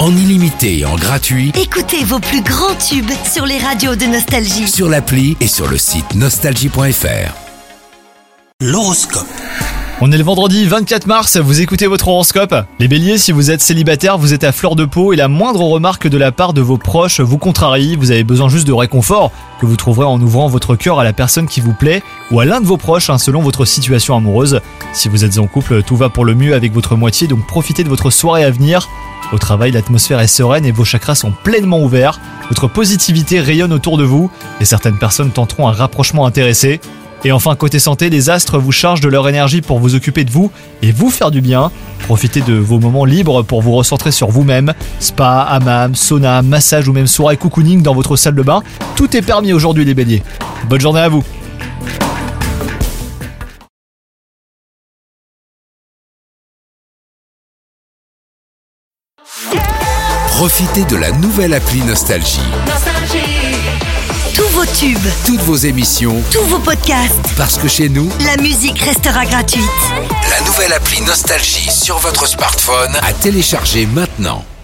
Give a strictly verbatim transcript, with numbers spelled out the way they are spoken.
en illimité et en gratuit Écoutez vos plus grands tubes sur les radios de Nostalgie. sur l'appli et sur le site nostalgie point f r. L'horoscope. On est le vendredi vingt-quatre mars, vous écoutez votre horoscope. Les béliers, si vous êtes célibataire, vous êtes à fleur de peau et la moindre remarque de la part de vos proches vous contrarie. Vous avez besoin juste de réconfort que vous trouverez en ouvrant votre cœur à la personne qui vous plaît ou à l'un de vos proches hein, selon votre situation amoureuse. Si vous êtes en couple, tout va pour le mieux avec votre moitié, donc profitez de votre soirée à venir. Au travail, l'atmosphère est sereine et vos chakras sont pleinement ouverts. Votre positivité rayonne autour de vous et certaines personnes tenteront un rapprochement intéressé. Et enfin, côté santé, les astres vous chargent de leur énergie pour vous occuper de vous et vous faire du bien. Profitez de vos moments libres pour vous recentrer sur vous-même. Spa, hammam, sauna, massage ou même soirée cocooning dans votre salle de bain. Tout est permis aujourd'hui les béliers. Bonne journée à vous. Profitez de la nouvelle appli Nostalgie. Tous vos tubes, Toutes vos émissions, tous vos podcasts, parce que chez nous, la musique restera gratuite. la nouvelle appli Nostalgie sur votre smartphone à télécharger maintenant.